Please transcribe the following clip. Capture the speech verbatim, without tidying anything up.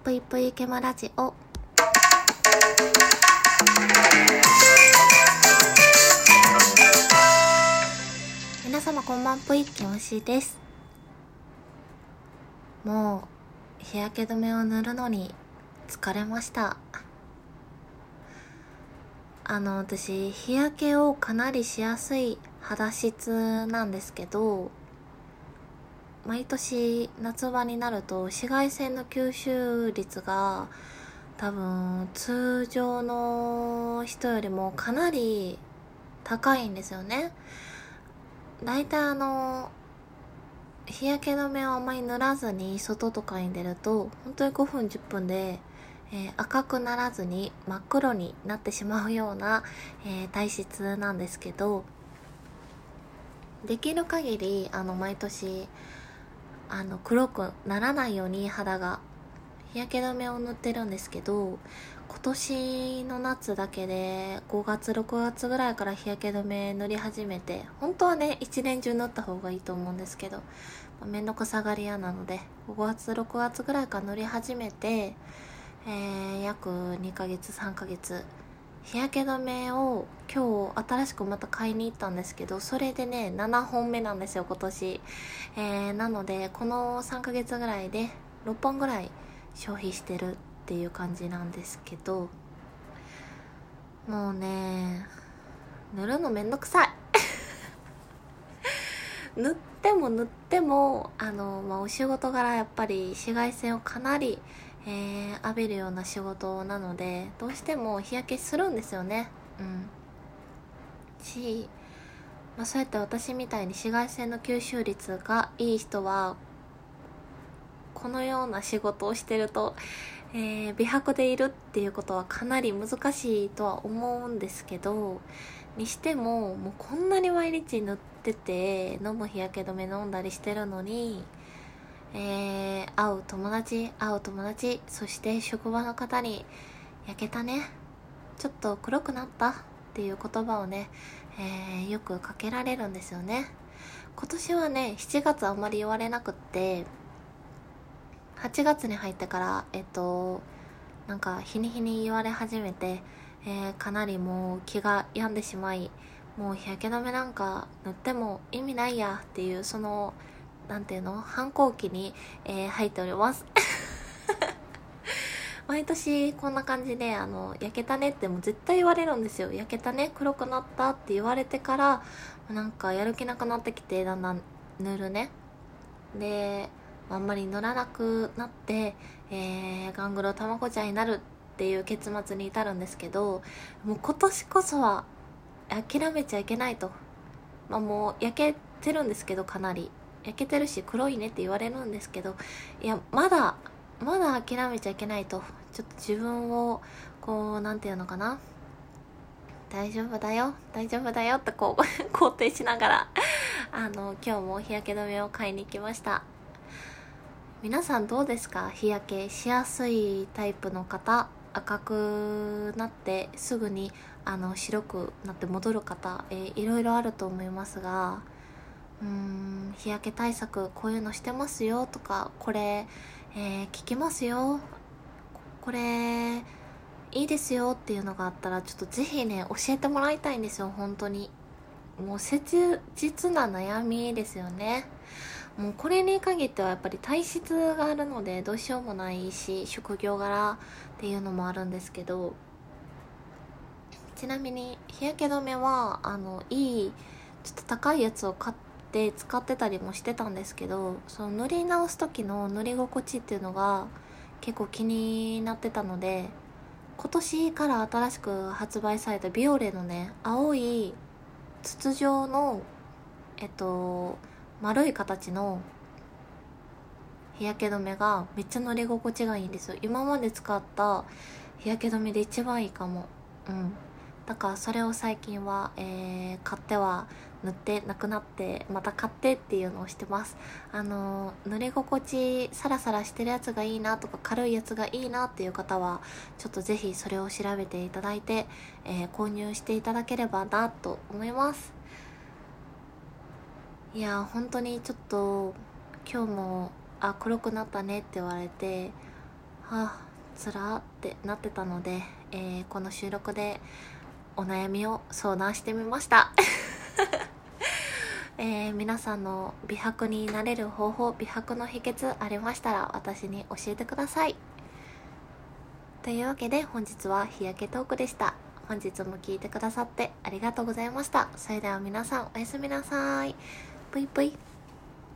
ぷいぷいけまラジオ。皆様こんばんぷい、けむしです。もう日焼け止めを塗るのに疲れました。あの私日焼けをかなりしやすい肌質なんですけど、毎年夏場になると紫外線の吸収率が多分通常の人よりもかなり高いんですよね。だいたいあの日焼け止めをあまり塗らずに外とかに出ると本当にごふんじゅっぷんで、えー、赤くならずに真っ黒になってしまうような、えー、体質なんですけど、できる限りあの毎年あの黒くならないように肌が日焼け止めを塗ってるんですけど、今年の夏だけでごがつろくがつぐらいから日焼け止め塗り始めて、本当はね一年中塗った方がいいと思うんですけど、めんどくさがり屋なのでごがつろくがつぐらいから塗り始めて、えー、約にかげつさんかげつ日焼け止めを今日新しくまた買いに行ったんですけど、それでねななほんめなんですよ今年、えー、なのでこのさんかげつぐらいでろっぽんぐらい消費してるっていう感じなんですけど、もうね塗るのめんどくさい塗っても塗ってもあの、まあ、お仕事柄やっぱり紫外線をかなり、えー、浴びるような仕事なのでどうしても日焼けするんですよね。うんし、まあ、そうやって私みたいに紫外線の吸収率がいい人はこのような仕事をしてると、えー、美白でいるっていうことはかなり難しいとは思うんですけど、にしてももうこんなに毎日塗ってて飲む日焼け止め飲んだりしてるのに、えー、会う友達会う友達そして職場の方に焼けたね、ちょっと黒くなったっていう言葉をね、えー、よくかけられるんですよね。今年はねしちがつあんまり言われなくって、はちがつに入ってからえっとなんか日に日に言われ始めて、えー、かなりもう気が病んでしまい、もう日焼け止めなんか塗っても意味ないやっていう、そのなんていうの反抗期に、えー、入っております毎年こんな感じであの焼けたねってもう絶対言われるんですよ。焼けたね黒くなったって言われてからなんかやる気なくなってきて、だんだん塗るねであんまり塗らなくなって、えー、ガングロ卵茶になるっていう結末に至るんですけど、もう今年こそは諦めちゃいけないと、まあ、もう焼けてるんですけど、かなり焼けてるし黒いねって言われるんですけど、いやまだまだ諦めちゃいけないと、ちょっと自分をこうなんていうのかな、大丈夫だよ大丈夫だよってこう肯定しながらあの今日も日焼け止めを買いに来ました。皆さんどうですか？日焼けしやすいタイプの方、赤くなってすぐにあの白くなって戻る方、えー、いろいろあると思いますが、うーん日焼け対策こういうのしてますよとか、これ、えー、効きますよ、これいいですよっていうのがあったらちょっとぜひね教えてもらいたいんですよ。本当にもう切実な悩みですよね。もうこれに限ってはやっぱり体質があるのでどうしようもないし、職業柄っていうのもあるんですけど、ちなみに日焼け止めはあのいいちょっと高いやつを買って使ってたりもしてたんですけど、その塗り直す時の塗り心地っていうのが結構気になってたので、今年から新しく発売されたビオレのね青い筒状のえっと丸い形の日焼け止めがめっちゃ塗り心地がいいんですよ。今まで使った日焼け止めで一番いいかも。うんだからそれを最近は、えー、買っては塗ってなくなってまた買ってっていうのをしてます。あのー、塗り心地サラサラしてるやつがいいなとか軽いやつがいいなっていう方はちょっとぜひそれを調べていただいて、えー、購入していただければなと思います。いや本当にちょっと今日もあ黒くなったねって言われて、 あつらーってなってたので、えーこの収録でお悩みを相談してみましたえー皆さんの美白になれる方法、美白の秘訣ありましたら私に教えてください。というわけで本日は日焼けトークでした。本日も聞いてくださってありがとうございました。それでは皆さんおやすみなさい。ぷいぷい。